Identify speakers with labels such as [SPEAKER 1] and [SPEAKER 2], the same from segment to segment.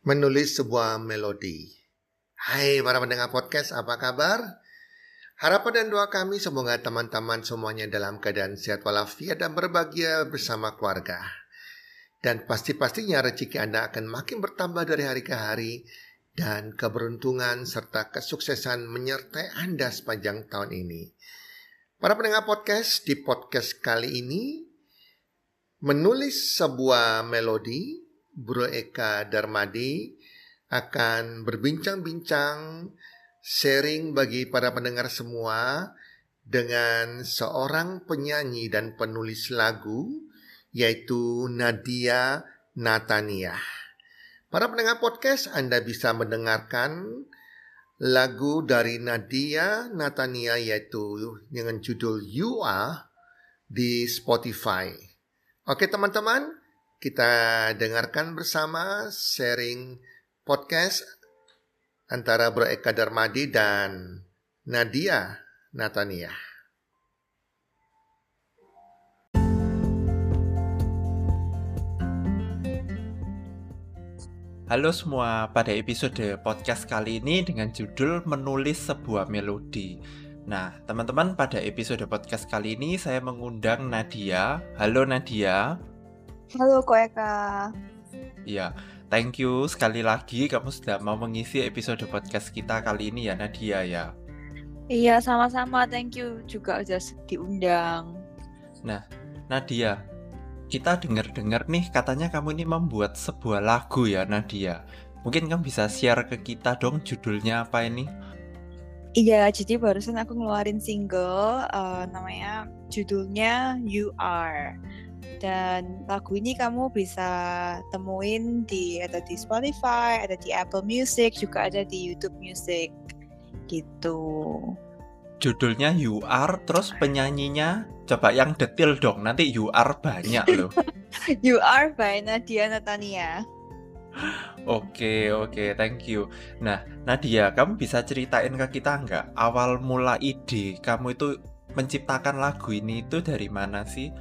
[SPEAKER 1] Menulis sebuah melodi. Hai para pendengar podcast, apa kabar? Harapan dan doa kami semoga teman-teman semuanya dalam keadaan sehat walafiat dan berbahagia bersama keluarga. Dan pasti-pastinya rezeki Anda akan makin bertambah dari hari ke hari dan keberuntungan serta kesuksesan menyertai Anda sepanjang tahun ini. Para pendengar podcast, di podcast kali ini menulis sebuah melodi, Bro Eka Darmadi akan berbincang-bincang, sharing bagi para pendengar semua dengan seorang penyanyi dan penulis lagu, yaitu Nadia Natania. Para pendengar podcast, Anda bisa mendengarkan lagu dari Nadia Natania yaitu dengan judul You Are di Spotify. Oke teman-teman, kita dengarkan bersama sharing podcast antara Bro Eka Darmadi dan Nadia Natania.
[SPEAKER 2] Halo semua, pada episode podcast kali ini dengan judul Menulis Sebuah Melodi. Nah, teman-teman, pada episode podcast kali ini saya mengundang Nadia. Halo Nadia.
[SPEAKER 3] Halo Ko Eka.
[SPEAKER 2] Ya, thank you sekali lagi kamu sudah mau mengisi episode podcast kita kali ini ya Nadia ya.
[SPEAKER 3] Iya, sama-sama, thank you juga udah diundang.
[SPEAKER 2] Nah, Nadia, kita dengar-dengar nih katanya kamu ini membuat sebuah lagu ya Nadia. Mungkin kamu bisa share ke kita dong judulnya apa ini?
[SPEAKER 3] Iya, jadi barusan aku ngeluarin single, namanya judulnya You Are. Dan lagu ini kamu bisa temuin ada di Spotify, ada di Apple Music, juga ada di YouTube Music gitu.
[SPEAKER 2] Judulnya You Are, terus penyanyinya coba yang detail dong, nanti You Are banyak loh.
[SPEAKER 3] You Are by Nadia Natania.
[SPEAKER 2] Oke, thank you. Nah, Nadia, kamu bisa ceritain ke kita nggak awal mula ide kamu itu menciptakan lagu ini itu dari mana sih?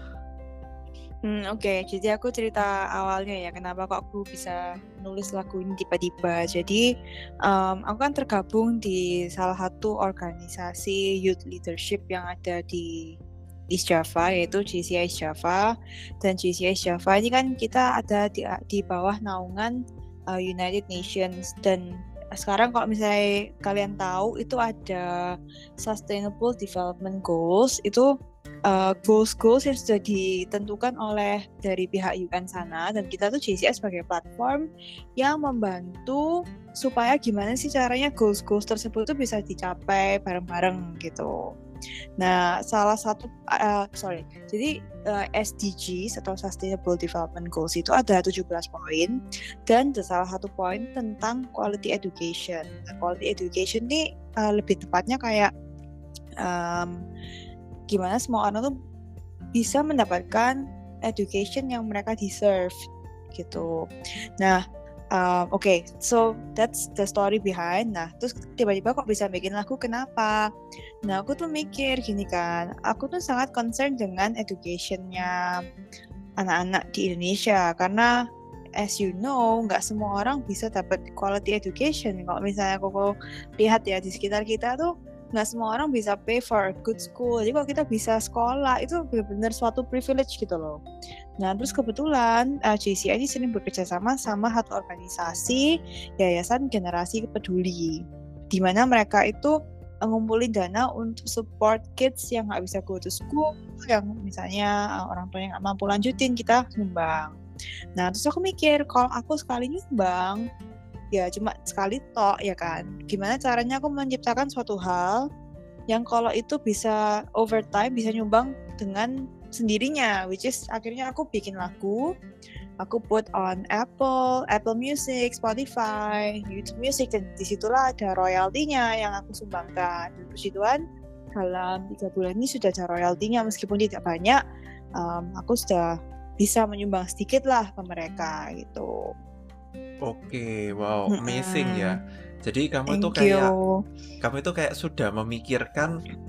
[SPEAKER 3] Oke, jadi aku cerita awalnya ya, kenapa kok aku bisa nulis lagu ini tiba-tiba. Jadi, aku kan tergabung di salah satu organisasi youth leadership yang ada di East Java, yaitu GCI East Java. Dan GCI East Java ini kan kita ada di bawah naungan United Nations. Dan sekarang kalau misalnya kalian tahu, itu ada Sustainable Development Goals, itu goals yang sudah ditentukan oleh dari pihak UN sana, dan kita tuh JCI sebagai platform yang membantu supaya gimana sih caranya goals tersebut tuh bisa dicapai bareng-bareng gitu. Nah, salah satu jadi SDGs atau Sustainable Development Goals itu ada 17 poin, dan salah satu poin tentang quality education. Quality education ini lebih tepatnya kayak gimana semua orang tuh bisa mendapatkan education yang mereka deserve gitu. Nah, okay, so that's the story behind. Nah, terus tiba-tiba kok bisa bikin lagu, kenapa? Nah, aku tuh mikir gini kan, aku tuh sangat concern dengan educationnya anak-anak di Indonesia, karena as you know, nggak semua orang bisa dapat quality education. Kalau misalnya aku lihat ya di sekitar kita tuh, nggak semua orang bisa pay for a good school. Jadi kalau kita bisa sekolah, itu benar-benar suatu privilege gitu loh. Nah, terus kebetulan JCI ini sering bekerja sama satu organisasi, Yayasan Generasi Peduli, di mana mereka itu ngumpulin dana untuk support kids yang nggak bisa go to school, yang misalnya orang tua yang nggak mampu lanjutin, kita nyumbang. Nah, terus aku mikir, kalau aku sekali nyumbang, ya cuma sekali tok ya kan, gimana caranya aku menciptakan suatu hal yang kalau itu bisa over time bisa nyumbang dengan sendirinya, which is akhirnya aku bikin lagu, aku put on Apple Music, Spotify, YouTube Music, dan disitulah ada royaltinya yang aku sumbangkan. Dan puji Tuhan, dalam 3 bulan ini sudah ada royaltinya, meskipun tidak banyak, aku sudah bisa menyumbang sedikit lah ke mereka gitu.
[SPEAKER 2] Oke, wow, amazing ya. Jadi kamu
[SPEAKER 3] Thank
[SPEAKER 2] itu kayak sudah memikirkan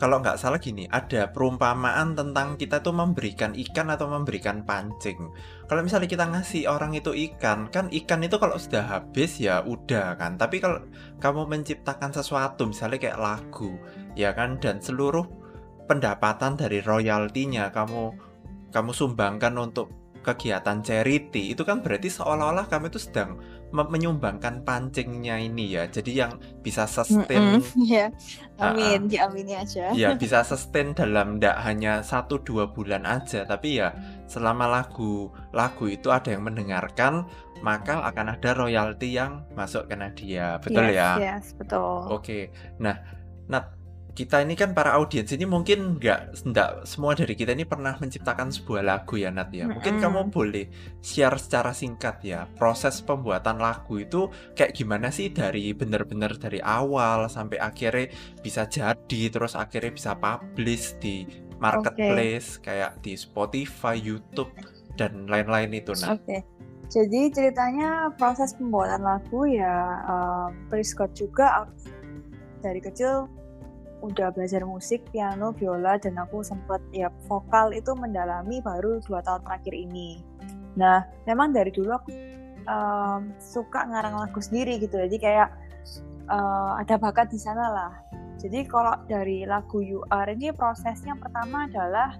[SPEAKER 2] kalau nggak salah gini, ada perumpamaan tentang kita tuh memberikan ikan atau memberikan pancing. Kalau misalnya kita ngasih orang itu ikan, kan ikan itu kalau sudah habis ya udah kan. Tapi kalau kamu menciptakan sesuatu, misalnya kayak lagu, ya kan, dan seluruh pendapatan dari royaltinya kamu sumbangkan untuk kegiatan charity, itu kan berarti seolah-olah kamu itu sedang menyumbangkan pancingnya ini ya. Jadi yang bisa sustain,
[SPEAKER 3] Ya,
[SPEAKER 2] ah,
[SPEAKER 3] amin, diamini aja.
[SPEAKER 2] ya bisa sustain dalam ndak hanya 1-2 bulan aja, tapi ya selama lagu itu ada yang mendengarkan, maka akan ada royalti yang masuk ke Nadia. Betul ya?
[SPEAKER 3] Yes, betul.
[SPEAKER 2] Oke. Nah, kita ini kan para audiens ini mungkin nggak semua dari kita ini pernah menciptakan sebuah lagu ya, Nat ya. Mungkin kamu boleh share secara singkat ya, proses pembuatan lagu itu kayak gimana sih bener-bener dari awal sampai akhirnya bisa jadi, terus akhirnya bisa publish di marketplace kayak di Spotify, YouTube, dan lain-lain itu, Nat.
[SPEAKER 3] Oke. Jadi ceritanya proses pembuatan lagu ya Prescott juga dari kecil udah belajar musik, piano, biola, dan aku sempat ya vokal itu mendalami baru 2 tahun terakhir ini. Nah, memang dari dulu aku suka ngarang lagu sendiri gitu, jadi kayak ada bakat di sana lah. Jadi kalau dari lagu You Are ini prosesnya pertama adalah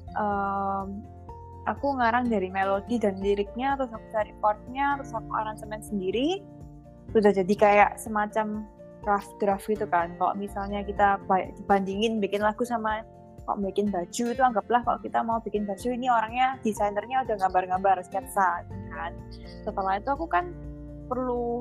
[SPEAKER 3] aku ngarang dari melodi dan liriknya, terus aku cari chordnya, terus aku aransemen sendiri. Sudah jadi kayak semacam draft gitu kan. Kalau misalnya kita bandingin bikin lagu sama kalau bikin baju, itu anggaplah kalau kita mau bikin baju, ini orangnya, desainernya udah gambar-gambar sketsa kan. Setelah itu aku kan perlu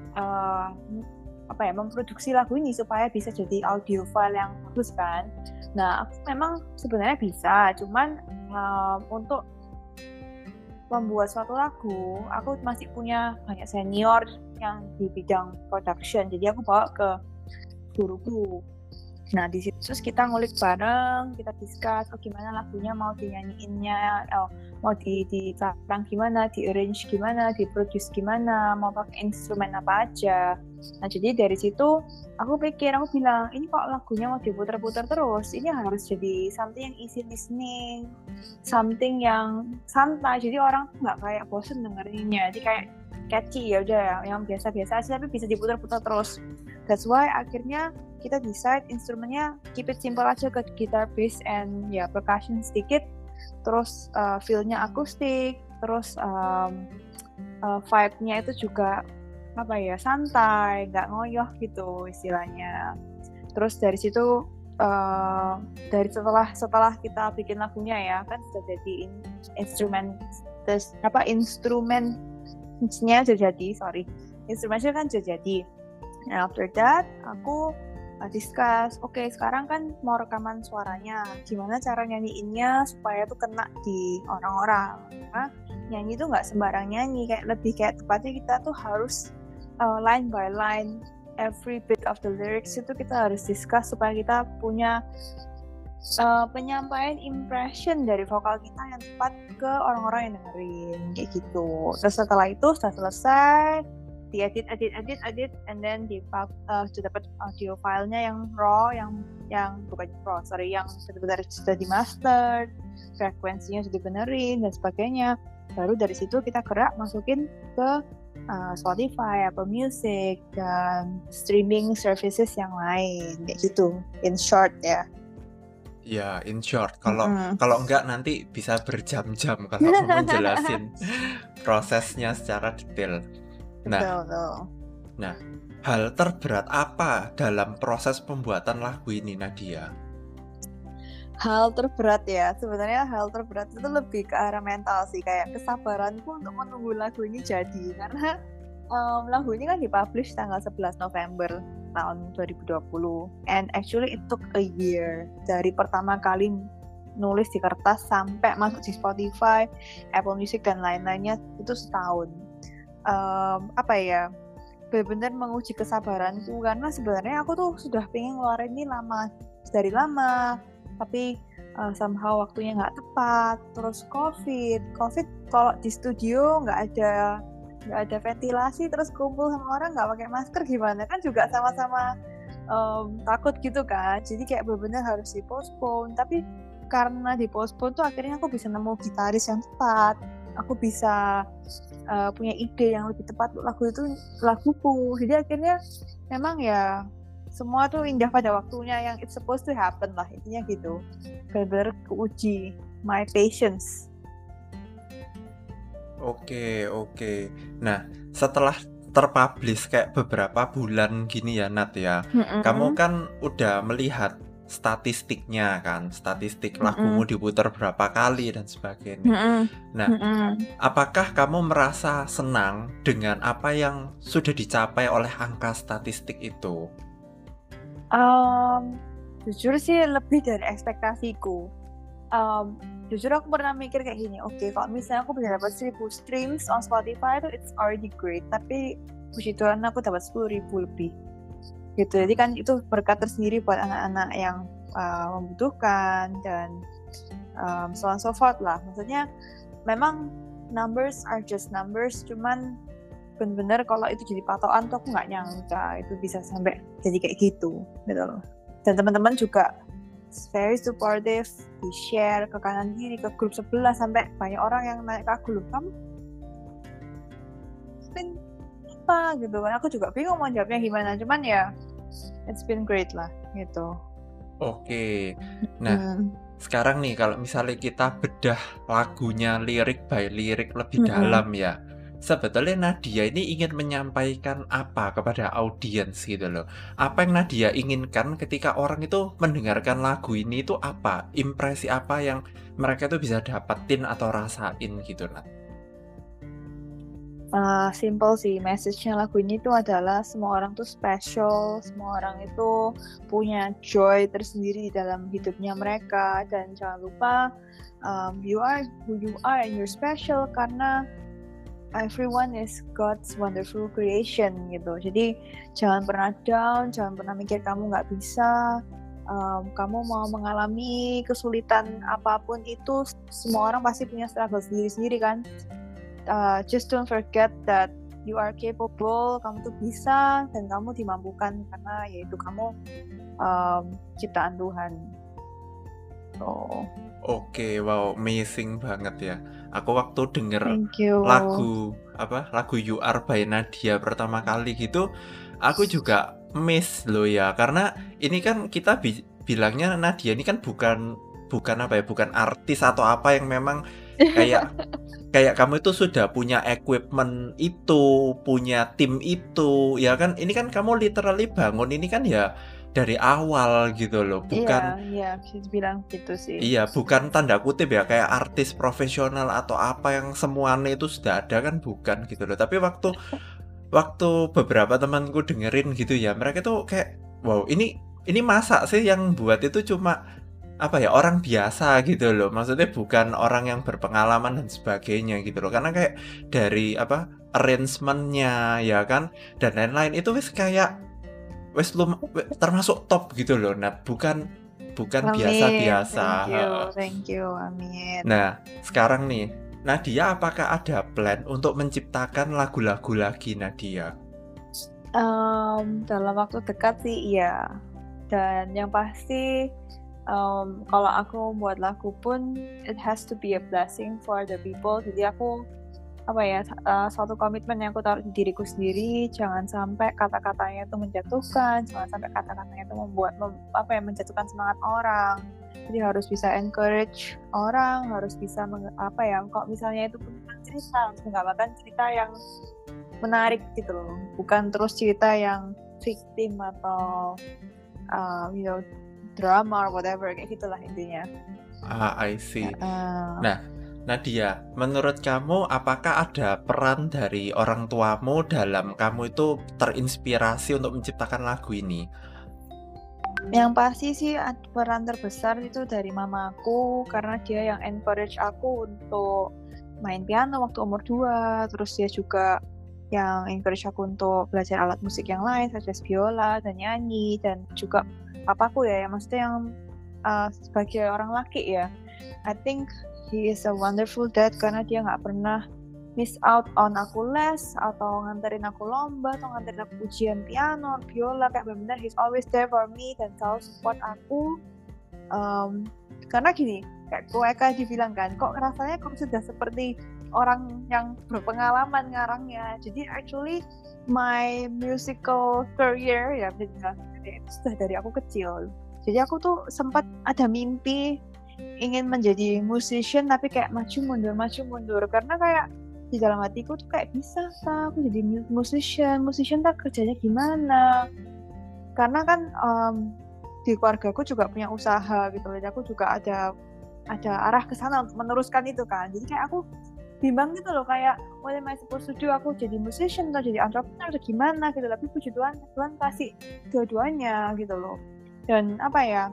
[SPEAKER 3] memproduksi lagu ini supaya bisa jadi audio file yang bagus kan. Nah, aku memang sebenarnya bisa, cuman untuk membuat suatu lagu, aku masih punya banyak senior yang di bidang production, jadi aku bawa ke guruku. Nah, di situ terus kita ngulik bareng, kita discuss, gimana lagunya mau dinyanyiinnya, mau dikarang gimana, di-arrange gimana, di-produce gimana, mau pakai instrumen apa aja. Nah, jadi dari situ aku bilang, ini kok lagunya mau diputar-putar terus, ini harus jadi something yang easy listening, something yang santai, jadi orang tuh nggak kayak bosen dengerinnya, jadi kayak catchy ya udah yang biasa-biasa aja tapi bisa diputar-putar terus. That's why akhirnya kita decide instrumennya keep it simple aja, ke guitar, bass, and ya percussion sedikit, terus feel-nya akustik, terus vibe-nya itu juga santai, nggak ngoyoh gitu istilahnya. Terus dari situ setelah kita bikin lagunya ya kan sudah jadi instrumennya kan sudah jadi. Nah, after that aku discuss, sekarang kan mau rekaman suaranya, gimana cara nyanyiinnya supaya tuh kena di orang-orang. Karena nyanyi tuh nggak sembarang nyanyi, lebih kayak tepatnya kita tuh harus line by line, every bit of the lyrics itu kita harus discuss supaya kita punya penyampaian impression dari vokal kita yang tepat ke orang-orang yang dengerin kayak gitu. Terus setelah itu sudah selesai, diedit, and then sudah dapat audio filenya yang raw, yang bukan raw, yang benar-benar sudah di master, frekuensinya sudah dibenerin dan sebagainya. Baru dari situ kita gerak masukin ke Spotify, Apple Music, dan streaming services yang lain kayak gitu. In short ya.
[SPEAKER 2] Ya, in short, kalau enggak nanti bisa berjam-jam kalau mau menjelasin prosesnya secara detail. Nah, hal terberat apa dalam proses pembuatan lagu ini, Nadia?
[SPEAKER 3] Hal terberat ya, sebenarnya hal terberat itu lebih ke arah mental sih, kayak kesabaranku untuk menunggu lagu ini jadi, karena lagu ini kan dipublish tanggal 11 November tahun 2020, and actually it took a year dari pertama kali nulis di kertas sampai masuk di Spotify, Apple Music dan lain-lainnya itu setahun. Benar-benar menguji kesabaranku, karena sebenarnya aku tuh sudah pengen ngeluarin ini dari lama, tapi somehow waktunya nggak tepat. Terus COVID kalau di studio nggak ada ventilasi, terus kumpul sama orang nggak pakai masker, gimana kan juga sama-sama takut gitu kan, jadi kayak benar-benar harus dipostpone. Tapi karena dipostpone tuh akhirnya aku bisa nemu gitaris yang tepat, aku bisa punya ide yang lebih tepat untuk laguku. Jadi akhirnya memang ya semua tuh indah pada waktunya yang it's supposed to happen lah, intinya gitu. Benar-benar keuji my patience.
[SPEAKER 2] Oke. Nah, setelah terpublish kayak beberapa bulan gini ya, Nat ya. Kamu kan udah melihat statistiknya kan, statistik lagumu diputar berapa kali dan sebagainya. Nah, apakah kamu merasa senang dengan apa yang sudah dicapai oleh angka statistik itu?
[SPEAKER 3] Jujur sih lebih dari ekspektasiku. Jujur aku pernah mikir kayak gini, oke, kalau misalnya aku bisa dapat 1000 streams on Spotify itu it's already great, tapi puji Tuhan aku dapat 10.000 lebih gitu. Jadi kan itu berkat tersendiri buat anak-anak yang membutuhkan dan so on so forth lah. Maksudnya memang numbers are just numbers, cuman benar-benar kalau itu jadi patokan tuh aku nggak nyangka itu bisa sampai jadi kayak gitu loh. Dan teman-teman juga very supportive, di share ke kanan kiri, ke grup sebelah, sampai banyak orang yang naik ke grup kamu apa gitu kan. Aku juga bingung mau jawabnya gimana, cuman ya it's been great lah gitu.
[SPEAKER 2] Oke. Nah, sekarang nih kalau misalnya kita bedah lagunya lirik by lirik lebih dalam ya, sebetulnya Nadia ini ingin menyampaikan apa kepada audiens gitu loh. Apa yang Nadia inginkan ketika orang itu mendengarkan lagu ini itu apa? Impresi apa yang mereka itu bisa dapetin atau rasain gitu, Nat?
[SPEAKER 3] Simple sih, message-nya lagu ini tuh adalah semua orang tuh special, semua orang itu punya joy tersendiri di dalam hidupnya mereka, dan jangan lupa you are who you are and you're special karena everyone is God's wonderful creation gitu. Jadi jangan pernah down, jangan pernah mikir kamu nggak bisa. Kamu mau mengalami kesulitan apapun itu, semua orang pasti punya struggle sendiri-sendiri kan. Just don't forget that you are capable, kamu tuh bisa dan kamu dimampukan karena yaitu kamu ciptaan Tuhan.
[SPEAKER 2] Oke, wow, amazing banget ya. Aku waktu denger lagu You Are by Nadia pertama kali gitu, aku juga miss loh ya, karena ini kan kita bilangnya Nadia ini kan bukan artis atau apa yang memang kayak kamu itu sudah punya equipment itu, punya tim itu, ya kan? Ini kan kamu literally bangun ini kan ya dari awal gitu loh, bukan?
[SPEAKER 3] Iya, bisa dibilang gitu sih.
[SPEAKER 2] Iya, bukan tanda kutip ya kayak artis profesional atau apa yang semuanya itu sudah ada kan, bukan gitu loh. Tapi waktu beberapa temanku dengerin gitu ya, mereka tuh kayak wow, ini masa sih yang buat itu cuma orang biasa gitu loh, maksudnya bukan orang yang berpengalaman dan sebagainya gitu loh, karena kayak dari arrangement-nya ya kan dan lain-lain itu wis termasuk top gitu loh, Nat, bukan biasa-biasa.
[SPEAKER 3] Thank you, amin.
[SPEAKER 2] Nah, sekarang nih Nadia, apakah ada plan untuk menciptakan lagu-lagu lagi, Nadia?
[SPEAKER 3] Dalam waktu dekat sih iya, dan yang pasti kalau aku buat lagu pun it has to be a blessing for the people. Jadi aku suatu komitmen yang aku taruh di diriku sendiri, jangan sampai kata-katanya itu menjatuhkan, jangan sampai kata-katanya itu menjatuhkan semangat orang. Jadi harus bisa encourage orang, harus bisa kalau misalnya itu punya cerita, harus menggambarkan cerita yang menarik gitu loh, bukan terus cerita yang victim atau drama or whatever, kayak gitulah intinya.
[SPEAKER 2] I see. Nah, Nadia, menurut kamu apakah ada peran dari orang tuamu dalam kamu itu terinspirasi untuk menciptakan lagu ini?
[SPEAKER 3] Yang pasti sih peran terbesar itu dari mamaku, karena dia yang encourage aku untuk main piano waktu umur 2, terus dia juga yang encourage aku untuk belajar alat musik yang lain seperti biola dan nyanyi, dan juga papaku ya, maksudnya yang sebagai orang laki ya, I think he is a wonderful dad karena dia nggak pernah miss out on aku les atau nganterin aku lomba atau nganterin aku ujian piano, biola, kayak benar-benar he's always there for me dan selalu support aku. Karena gini, kayak dibilang kan, kok rasanya kok sudah seperti orang yang berpengalaman ngarangnya. Jadi actually my musical career ya itu sudah dari aku kecil. Jadi aku tuh sempat ada mimpi ingin menjadi musician, tapi kayak maju mundur karena kayak di dalam hatiku tuh kayak bisa aku jadi musician tak kerjanya gimana? Karena kan di keluargaku juga punya usaha gitu, jadi aku juga ada arah ke sana untuk meneruskan itu kan. Jadi kayak aku bimbang gitu loh, kayak what am I supposed to do, aku jadi musician atau jadi entrepreneur atau gimana gitu. Tapi puji Tuhan kasih dua-duanya gitu loh. Dan apa ya,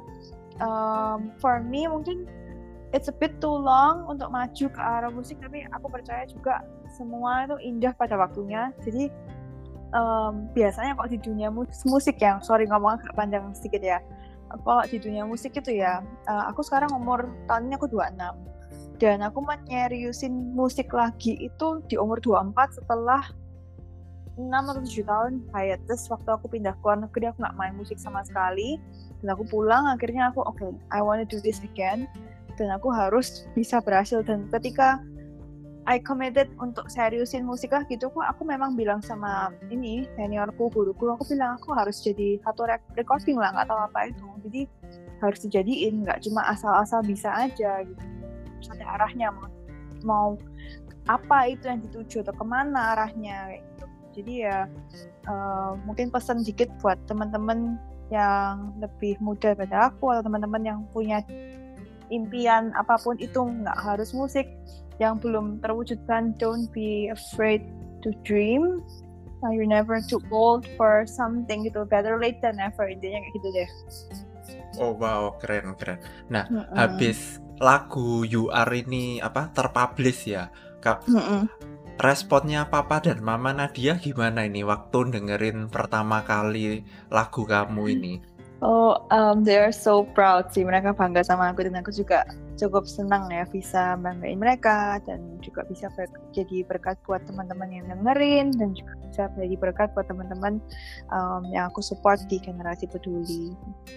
[SPEAKER 3] for me mungkin it's a bit too long untuk maju ke arah musik, tapi aku percaya juga semua itu indah pada waktunya. Jadi biasanya kok di dunia musik yang ngomong agak panjang sedikit ya, kalau di dunia musik itu ya, aku sekarang tahun ini aku 26 dan aku menyeriusin musik lagi itu di umur 24 setelah 6 atau 7 tahun hiatus. Waktu aku pindah ke luar negeri aku gak main musik sama sekali, dan aku pulang akhirnya aku okay, I wanna do this again, dan aku harus bisa berhasil. Dan ketika I committed untuk seriusin musik lah gitu, aku memang bilang sama ini seniorku, guruku, aku bilang aku harus jadi satu recording lah, gak tahu apa itu, jadi harus dijadiin, gak cuma asal-asal bisa aja gitu, harus ada arahnya, mau apa itu yang dituju atau kemana arahnya kayak gitu. Jadi ya mungkin pesan dikit buat teman-teman yang lebih muda daripada aku atau teman-teman yang punya impian apapun itu, nggak harus musik, yang belum terwujudkan, don't be afraid to dream. You're never too old for something gitu, better late than never, intinya kayak gitu deh.
[SPEAKER 2] Oh wow, keren. Nah, habis lagu You Are ini terpublish ya, Kak. Responnya Papa dan Mama Nadia gimana ini waktu dengerin pertama kali lagu kamu ini?
[SPEAKER 3] They are so proud sih, mereka bangga sama aku, dan aku juga cukup senang ya bisa banggain mereka, dan juga bisa jadi berkat buat teman-teman yang dengerin, dan juga bisa jadi berkat buat teman-teman yang aku support di Generasi Peduli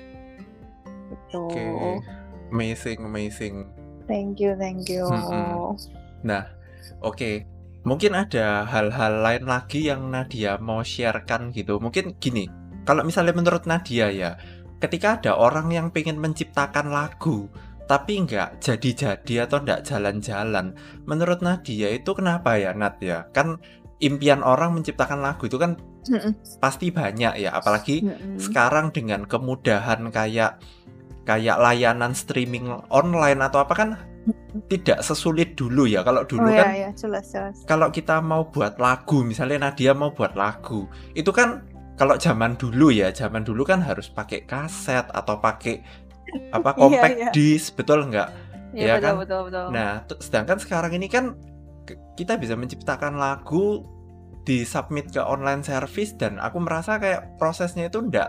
[SPEAKER 3] gitu.
[SPEAKER 2] Okay. Amazing.
[SPEAKER 3] Thank you.
[SPEAKER 2] Nah, okay. Mungkin ada hal-hal lain lagi yang Nadia mau sharekan gitu. Mungkin gini, kalau misalnya menurut Nadia ya, ketika ada orang yang pengen menciptakan lagu tapi nggak jadi-jadi atau nggak jalan-jalan, menurut Nadia itu kenapa ya, Nat ya? Kan impian orang menciptakan lagu itu kan pasti banyak ya, apalagi sekarang dengan kemudahan kayak layanan streaming online atau apa kan tidak sesulit dulu ya. Kalau dulu
[SPEAKER 3] jelas.
[SPEAKER 2] Kalau kita mau buat lagu, misalnya Nadia mau buat lagu, itu kan kalau zaman dulu kan harus pakai kaset atau pakai compact disc, betul nggak?
[SPEAKER 3] Iya,
[SPEAKER 2] kan?
[SPEAKER 3] Betul.
[SPEAKER 2] Nah, sedangkan sekarang ini kan kita bisa menciptakan lagu, disubmit ke online service, dan aku merasa kayak prosesnya itu nggak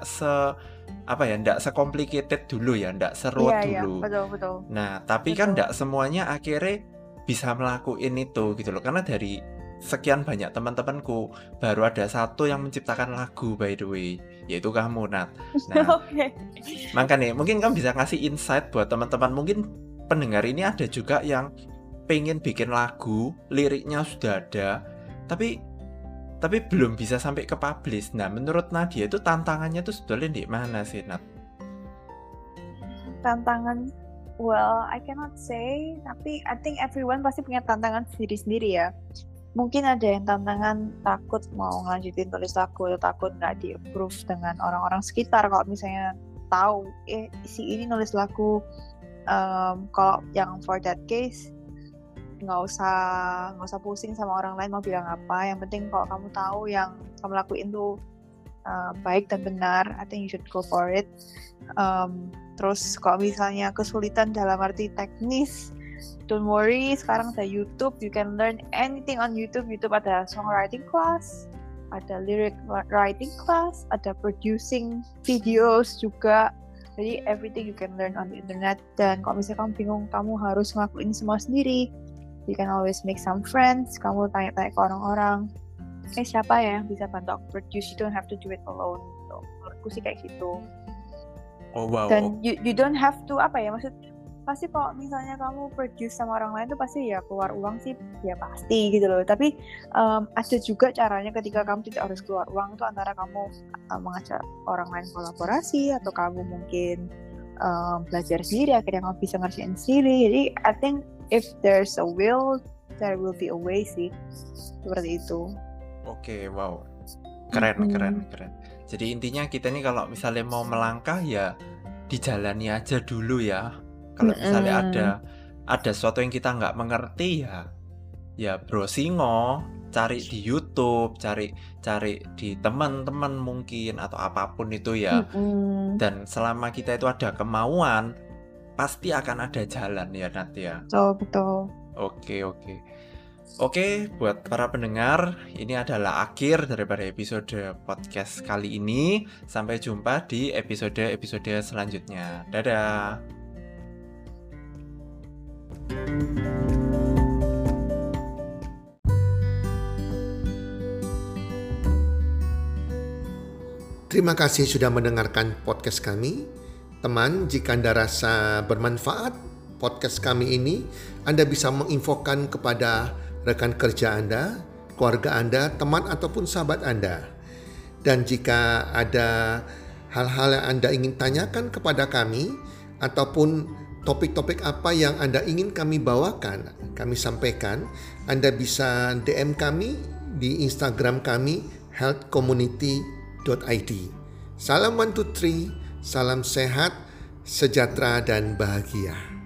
[SPEAKER 2] se-complicated dulu ya, nggak seruat dulu.
[SPEAKER 3] Iya, betul.
[SPEAKER 2] Nah, tapi kan nggak semuanya akhirnya bisa melakukan itu gitu loh, karena dari sekian banyak teman-temanku baru ada satu yang menciptakan lagu, by the way, yaitu kamu, Nat. Nah, makanya mungkin kamu bisa ngasih insight buat teman-teman, mungkin pendengar ini ada juga yang pengen bikin lagu, liriknya sudah ada, tapi belum bisa sampai ke publish. Nah, menurut Nadia itu tantangannya tuh sebetulnya di mana sih, Nat?
[SPEAKER 3] Tantangan, well, I cannot say, tapi I think everyone pasti punya tantangan sendiri-sendiri ya. Mungkin ada yang tantangan takut mau ngelanjutin tulis lagu, atau takut nggak di-approve dengan orang-orang sekitar. Kalau misalnya tahu, si ini nulis lagu, kalau yang for that case, nggak usah pusing sama orang lain mau bilang apa. Yang penting kalau kamu tahu yang kamu lakuin tuh baik dan benar, I think you should go for it. Terus kalau misalnya kesulitan dalam arti teknis, don't worry, sekarang ada YouTube, you can learn anything on YouTube. YouTube ada songwriting class, ada lyric writing class, ada producing videos juga. Jadi everything you can learn on the internet. Dan kalau misalnya kamu bingung, kamu harus ngelakuin semua sendiri, You can always make some friends. Kamu tanya-tanya ke orang-orang, siapa ya yang bisa bantu aku produce? You don't have to do it alone. So, menurutku sih kayak gitu.
[SPEAKER 2] Oh wow.
[SPEAKER 3] Dan you don't have to pasti kalau misalnya kamu produce sama orang lain tuh pasti ya keluar uang sih ya pasti gitu loh. Tapi ada juga caranya ketika kamu tidak harus keluar uang, itu antara kamu mengajak orang lain kolaborasi atau kamu mungkin belajar sendiri, akhirnya kamu bisa ngerjain sendiri. Jadi I think if there's a will, there will be a way sih, seperti itu.
[SPEAKER 2] Oke, wow, keren. Jadi intinya kita nih kalau misalnya mau melangkah ya dijalani aja dulu ya. Kalau misalnya ada sesuatu yang kita nggak mengerti ya browsingo, cari di YouTube, cari di teman-teman mungkin atau apapun itu ya. Dan selama kita itu ada kemauan, pasti akan ada jalan ya Nat ya.
[SPEAKER 3] Betul.
[SPEAKER 2] Oke, buat para pendengar, ini adalah akhir daripada episode podcast kali ini. Sampai jumpa di episode selanjutnya. Dadah.
[SPEAKER 1] Terima kasih sudah mendengarkan podcast kami. Teman, jika Anda rasa bermanfaat podcast kami ini, Anda bisa menginfokan kepada rekan kerja Anda, keluarga Anda, teman ataupun sahabat Anda. Dan jika ada hal-hal yang Anda ingin tanyakan kepada kami ataupun topik-topik apa yang Anda ingin kami bawakan, kami sampaikan, Anda bisa DM kami di Instagram kami healthcommunity.id. Salam 1, 2, 3, salam sehat, sejahtera dan bahagia.